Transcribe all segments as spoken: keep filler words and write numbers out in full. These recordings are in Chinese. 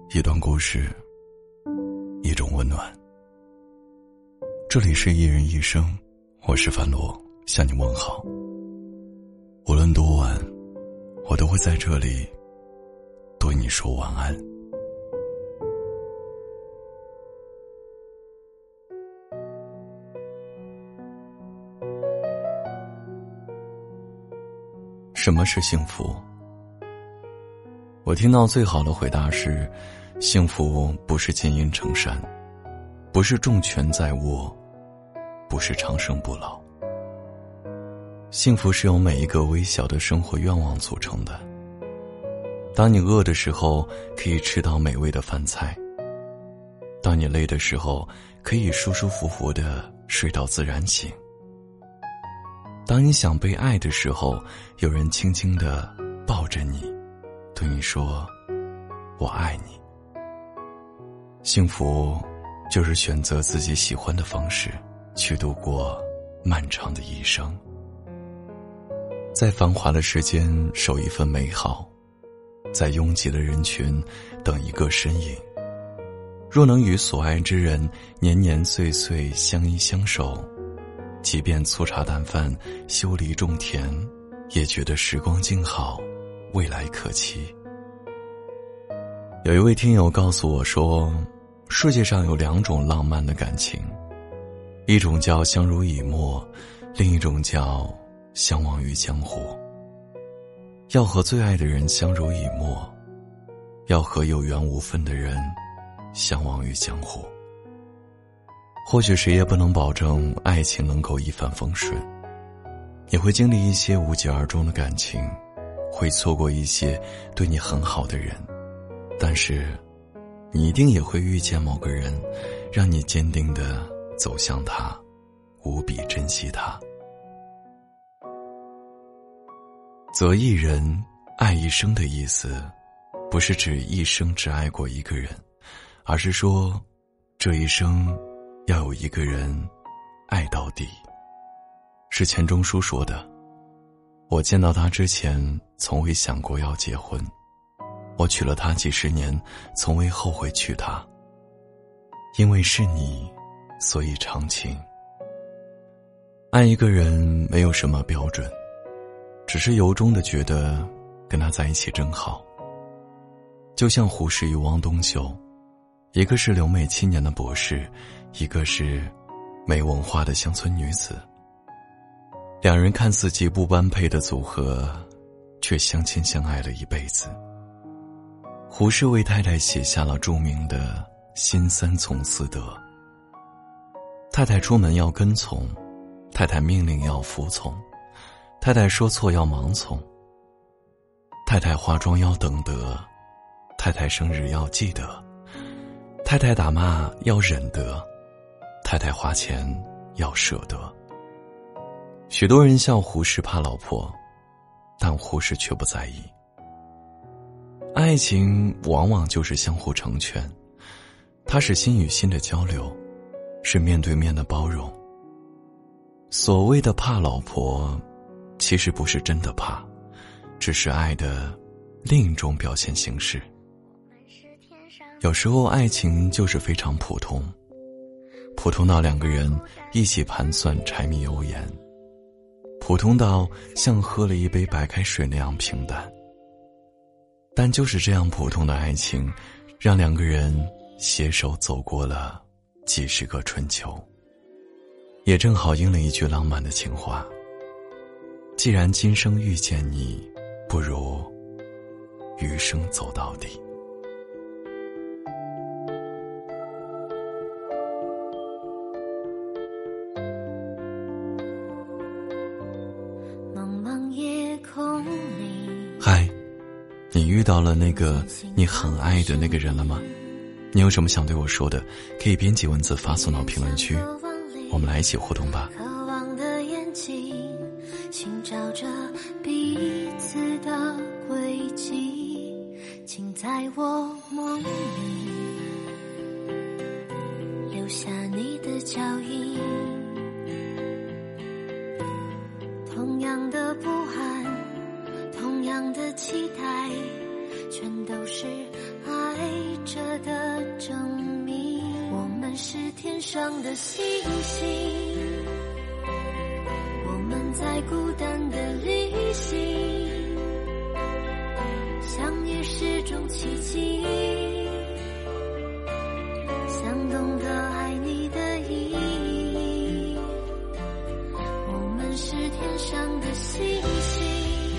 一段故事，一种温暖。这里是一人一生，我是樊罗，向你问好。无论多晚，我都会在这里对你说晚安。什么是幸福？我听到最好的回答是，幸福不是金银成山，不是重权在握，不是长生不老。幸福是由每一个微小的生活愿望组成的。当你饿的时候，可以吃到美味的饭菜；当你累的时候，可以舒舒服服地睡到自然醒；当你想被爱的时候，有人轻轻地抱着你，对你说我爱你。幸福就是选择自己喜欢的方式去度过漫长的一生，在繁华的时间守一份美好，在拥挤的人群等一个身影。若能与所爱之人年年岁岁相依相守，即便粗茶淡饭修篱种田，也觉得时光静好，未来可期。有一位听友告诉我说，世界上有两种浪漫的感情，一种叫相濡以沫，另一种叫相忘于江湖。要和最爱的人相濡以沫，要和有缘无分的人相忘于江湖。或许谁也不能保证爱情能够一帆风顺，也会经历一些无疾而终的感情，会错过一些对你很好的人，但是你一定也会遇见某个人，让你坚定地走向他，无比珍惜他。择一人爱一生的意思，不是指一生只爱过一个人，而是说这一生要有一个人爱到底。是钱钟书说的，我见到他之前从未想过要结婚，我娶了她几十年，从未后悔娶她，因为是你，所以长情。爱一个人没有什么标准，只是由衷的觉得跟他在一起真好。就像胡适与汪东秀，一个是留美七年的博士，一个是没文化的乡村女子。两人看似极不般配的组合，却相亲相爱了一辈子。胡适为太太写下了著名的新三从四德：太太出门要跟从，太太命令要服从，太太说错要盲从，太太化妆要等得，太太生日要记得，太太打骂要忍得，太太花钱要舍得。许多人笑胡适怕老婆，但胡适却不在意。爱情往往就是相互成全，它是心与心的交流，是面对面的包容。所谓的怕老婆，其实不是真的怕，只是爱的另一种表现形式。有时候爱情就是非常普通，普通到两个人一起盘算柴米油盐，普通到像喝了一杯白开水那样平淡。但就是这样普通的爱情，让两个人携手走过了几十个春秋，也正好应了一句浪漫的情话：既然今生遇见你，不如余生走到底。 茫茫夜空里， 嗨，你遇到了那个你很爱的那个人了吗？你有什么想对我说的，可以编辑文字发送到评论区，我们来一起互动吧。 渴望的眼睛寻找着彼此的轨迹，请在我梦里留下你的脚印。同样的不安，同样的期待，全都是爱着们是天上的星星，我们在孤单的旅行，相遇是种奇迹，想懂得爱你的意义。我们是天上的星星，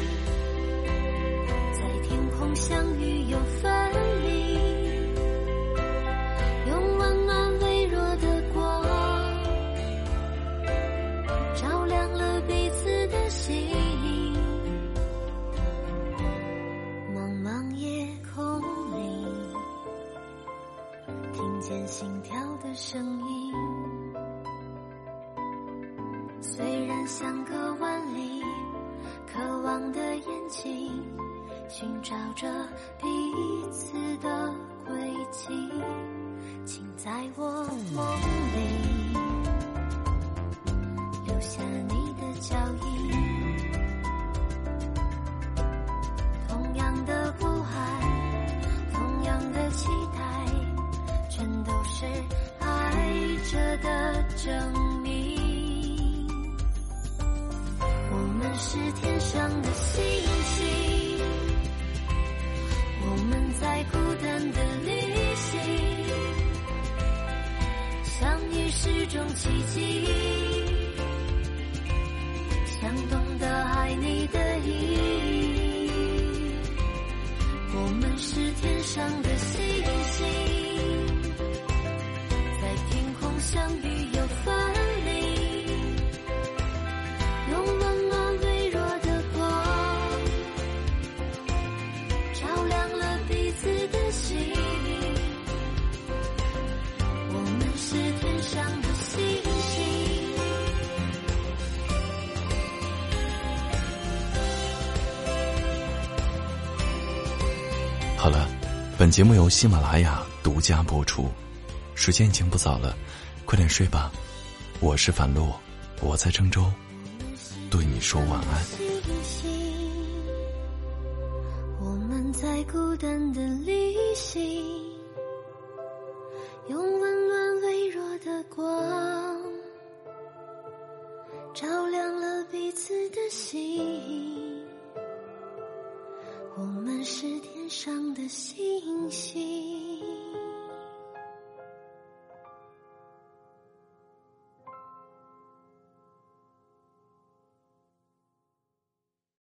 在天空相遇又分离，用温暖微弱的光照亮了彼此的心。茫茫夜空里，听见心跳的声音，虽然相隔万里，渴望的眼睛寻找着彼此的轨迹，请在我梦里留下你的脚印。同样的不安，同样的期待，全都是爱着的证明。我们是天上的星星，我们在孤单的旅行，相遇是种奇迹，想懂得爱你的意义。我们是天上的星星，在天空相遇又分离，用温暖微弱的光照亮了彼此的心。我们是天上的星星。 好了，本节目由喜马拉雅独家播出，时间已经不早了，快点睡吧。我是樊洛，我在郑州，对你说晚安。 我们在孤单的旅行，用温暖微弱的光照亮了彼此的心。我们是天上的星星。